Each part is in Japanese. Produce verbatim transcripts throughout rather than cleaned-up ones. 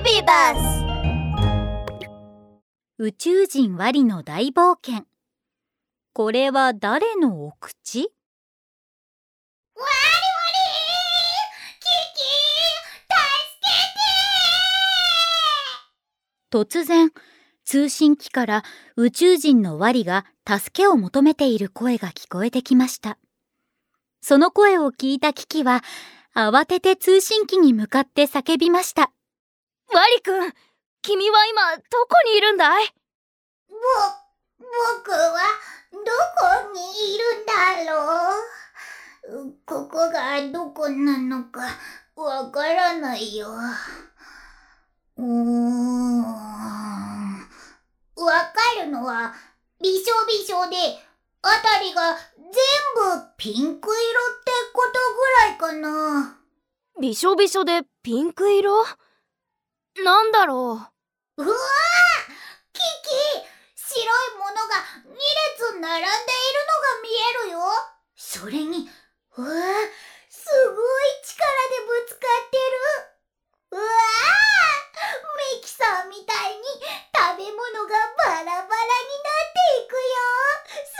ビバス宇宙人ワリの大冒険。これは誰のお口？ ワリワリキキ助けて。 突然、通信機から宇宙人のワリが助けを求めている声が聞こえてきました。その声を聞いたキキは慌てて通信機に向かって叫びました。 ワリくん、君は今どこにいるんだい？ ぼ、僕はどこにいるんだろう。ここがどこなのかわからないよ。うーん。わかるのはびしょびしょであたりが全部ピンク色ってことぐらいかな。 びしょびしょでピンク色？なんだろう。うわー、キキ、白いものがに列並んでいるのが見えるよ。それに、うわー、すごい力でぶつかってる。うわー、ミキさんみたいに食べ物がバラバラになっていくよ。す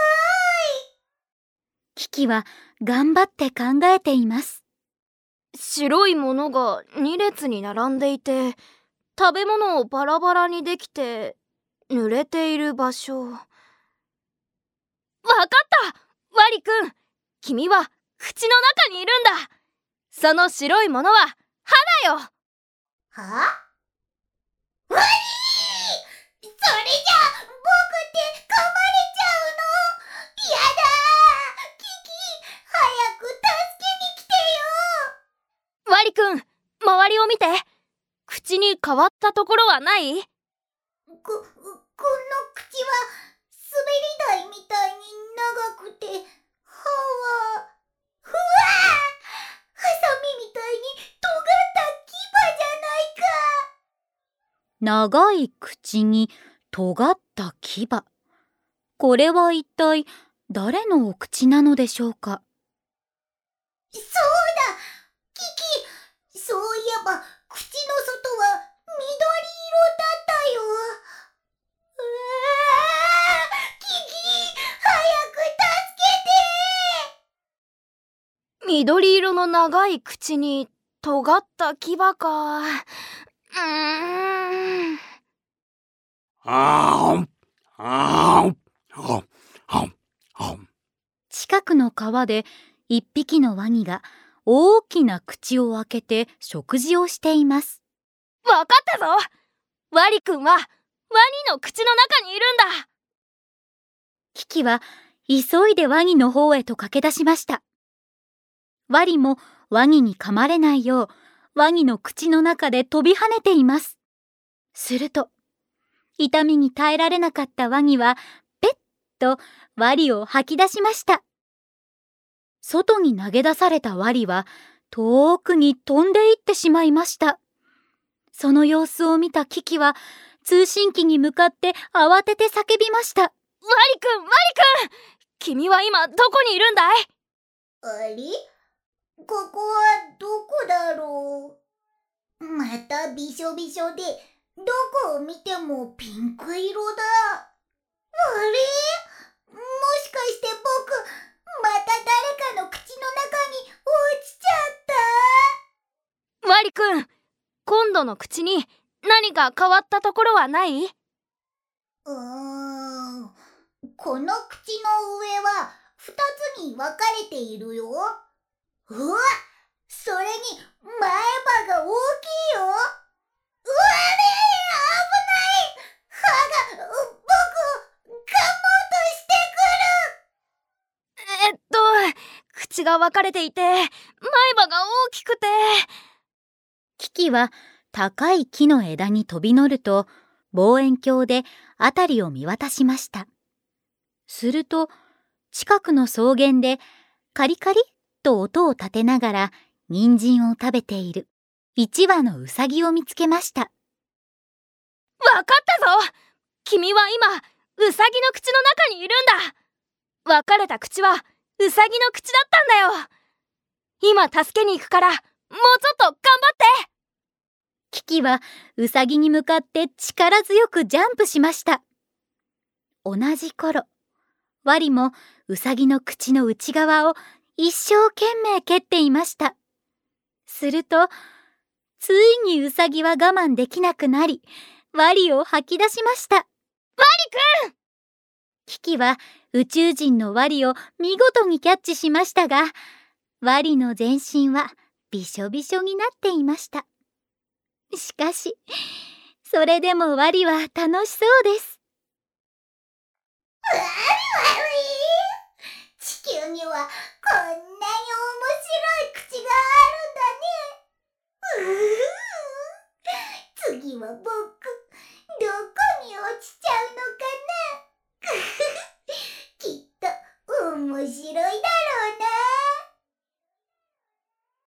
ごい。 キキは頑張って考えています。 白いものがに列に並んでいて、食べ物をバラバラにできて濡れている場所。わかった！ワリくん、君は口の中にいるんだ。その白いものは歯だよ。 は？ワリー！それじゃあ僕って噛まれちゃうの？やだー！キキ、早く助けに来てよ。 ワリくん、周りを見て。口に変わったところはない？ こ、この口は滑り台みたいに長くて、歯は、ふわー！ハサミみたいに尖った牙じゃないか。 長い口に尖った牙。これは一体誰のお口なのでしょうか。 そうだ！キキ、そういえば口の外は緑色だったよ。うわー！キキ、早く助けて！ 緑色の長い口に尖った牙か。うーん。 あーん、あーん、あーん、あーん。 近くの川で一匹のワニが大きな口を開けて食事をしています。 わかったぞ！ワリくんはワニの口の中にいるんだ。 キキは急いでワニの方へと駆け出しました。ワリもワニに噛まれないようワニの口の中で飛び跳ねています。すると痛みに耐えられなかったワニはペッとワリを吐き出しました。外に投げ出されたワリは遠くに飛んでいってしまいました。その様子を見たキキは通信機に向かって慌てて叫びました。ワリくん、ワリくん！君は今どこにいるんだい？ あれ？ここはどこだろう？またびしょびしょでどこを見てもピンク色だ。あれ？もしかして僕また誰かの口の中に落ちちゃった？ ワリくん、今度の口に何か変わったところはない？ うーん、この口の上は二つに分かれているよ。うわ、それに前歯が大きいよ。うわねえ、危ない！歯が僕を噛もうとしてくる。えっと、口が分かれていて前歯が大きくて。 キキは高い木の枝に飛び乗ると望遠鏡で辺りを見渡しました。すると近くの草原でカリカリと音を立てながら人参を食べている一羽のウサギを見つけました。わかったぞ！君は今ウサギの口の中にいるんだ。分かれた口はウサギの口だったんだよ。今助けに行くからもうちょっと頑張って。 キキキはウサギに向かって力強くジャンプしました。同じ頃、ワリもウサギの口の内側を一生懸命蹴っていました。すると、ついにウサギは我慢できなくなり、ワリを吐き出しました。ワリくん！ キキは宇宙人のワリを見事にキャッチしましたが、ワリの全身はびしょびしょになっていました。しかし、それでもワリは楽しそうです。 わりわり、地球にはこんなに面白い口があるんだね。うーん、次は僕